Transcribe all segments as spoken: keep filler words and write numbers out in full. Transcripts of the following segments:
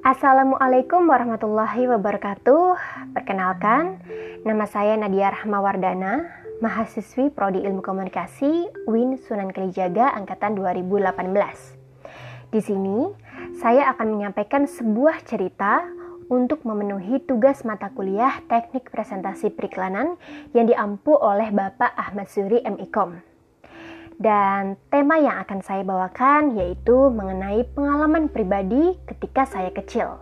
Assalamualaikum warahmatullahi wabarakatuh. Perkenalkan, nama saya Nadia Rahmawardana, mahasiswi Prodi Ilmu Komunikasi U I N Sunan Kalijaga angkatan dua ribu delapan belas. Di sini, saya akan menyampaikan sebuah cerita untuk memenuhi tugas mata kuliah Teknik Presentasi Periklanan yang diampu oleh Bapak Ahmad Suri M I.Com. Dan tema yang akan saya bawakan yaitu mengenai pengalaman pribadi ketika saya kecil.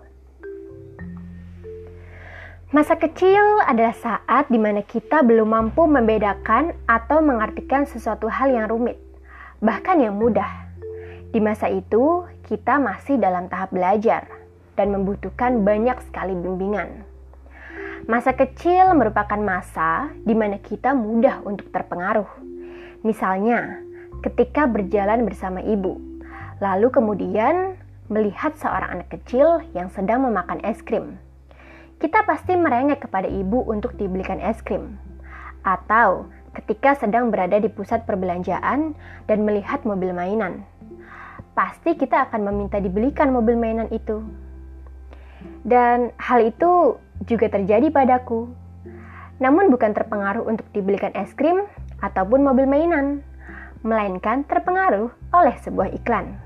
Masa kecil adalah saat di mana kita belum mampu membedakan atau mengartikan sesuatu hal yang rumit, bahkan yang mudah. Di masa itu, kita masih dalam tahap belajar dan membutuhkan banyak sekali bimbingan. Masa kecil merupakan masa di mana kita mudah untuk terpengaruh. Misalnya, ketika berjalan bersama ibu, lalu kemudian melihat seorang anak kecil yang sedang memakan es krim. Kita pasti merengek kepada ibu untuk dibelikan es krim. Atau ketika sedang berada di pusat perbelanjaan dan melihat mobil mainan, pasti kita akan meminta dibelikan mobil mainan itu. Dan hal itu juga terjadi padaku. Namun bukan terpengaruh untuk dibelikan es krim ataupun mobil mainan, melainkan terpengaruh oleh sebuah iklan.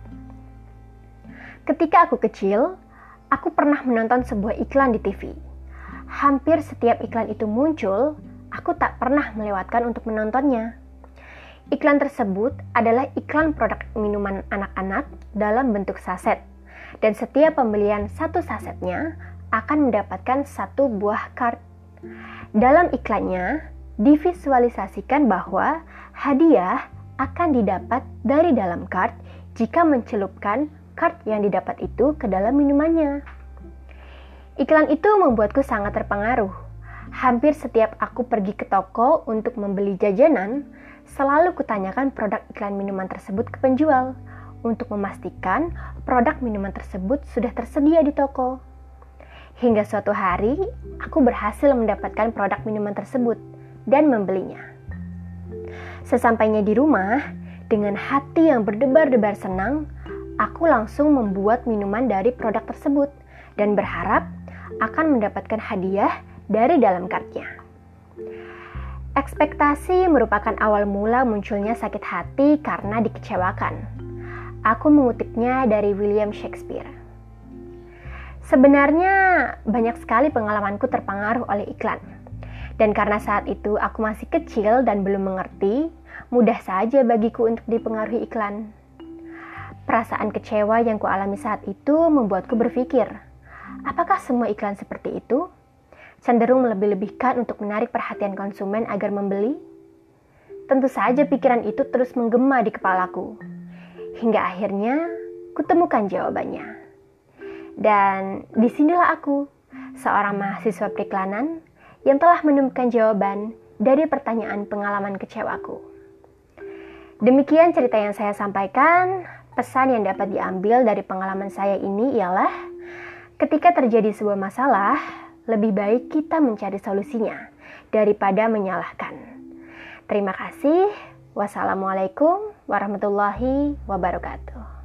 Ketika aku kecil, aku pernah menonton sebuah iklan di T V. Hampir setiap iklan itu muncul, aku tak pernah melewatkan untuk menontonnya. Iklan tersebut adalah iklan produk minuman anak-anak dalam bentuk saset, dan setiap pembelian satu sasetnya akan mendapatkan satu buah kard. Dalam iklannya, divisualisasikan bahwa hadiah akan didapat dari dalam kard jika mencelupkan kard yang didapat itu ke dalam minumannya. Iklan itu membuatku sangat terpengaruh. Hampir setiap aku pergi ke toko untuk membeli jajanan, selalu kutanyakan produk iklan minuman tersebut ke penjual untuk memastikan produk minuman tersebut sudah tersedia di toko. Hingga suatu hari, aku berhasil mendapatkan produk minuman tersebut dan membelinya. Sesampainya di rumah, dengan hati yang berdebar-debar senang, aku langsung membuat minuman dari produk tersebut dan berharap akan mendapatkan hadiah dari dalam kardnya. Ekspektasi merupakan awal mula munculnya sakit hati karena dikecewakan. Aku mengutipnya dari William Shakespeare. Sebenarnya banyak sekali pengalamanku terpengaruh oleh iklan. Dan karena saat itu aku masih kecil dan belum mengerti, mudah saja bagiku untuk dipengaruhi iklan. Perasaan kecewa yang kualami saat itu membuatku berpikir, apakah semua iklan seperti itu? Cenderung melebih-lebihkan untuk menarik perhatian konsumen agar membeli? Tentu saja pikiran itu terus menggema di kepalaku. Hingga akhirnya, kutemukan jawabannya. Dan disinilah aku, seorang mahasiswa periklanan, yang telah menemukan jawaban dari pertanyaan pengalaman kecewaku. Demikian cerita yang saya sampaikan. Pesan yang dapat diambil dari pengalaman saya ini ialah ketika terjadi sebuah masalah, lebih baik kita mencari solusinya daripada menyalahkan. Terima kasih. Wassalamualaikum warahmatullahi wabarakatuh.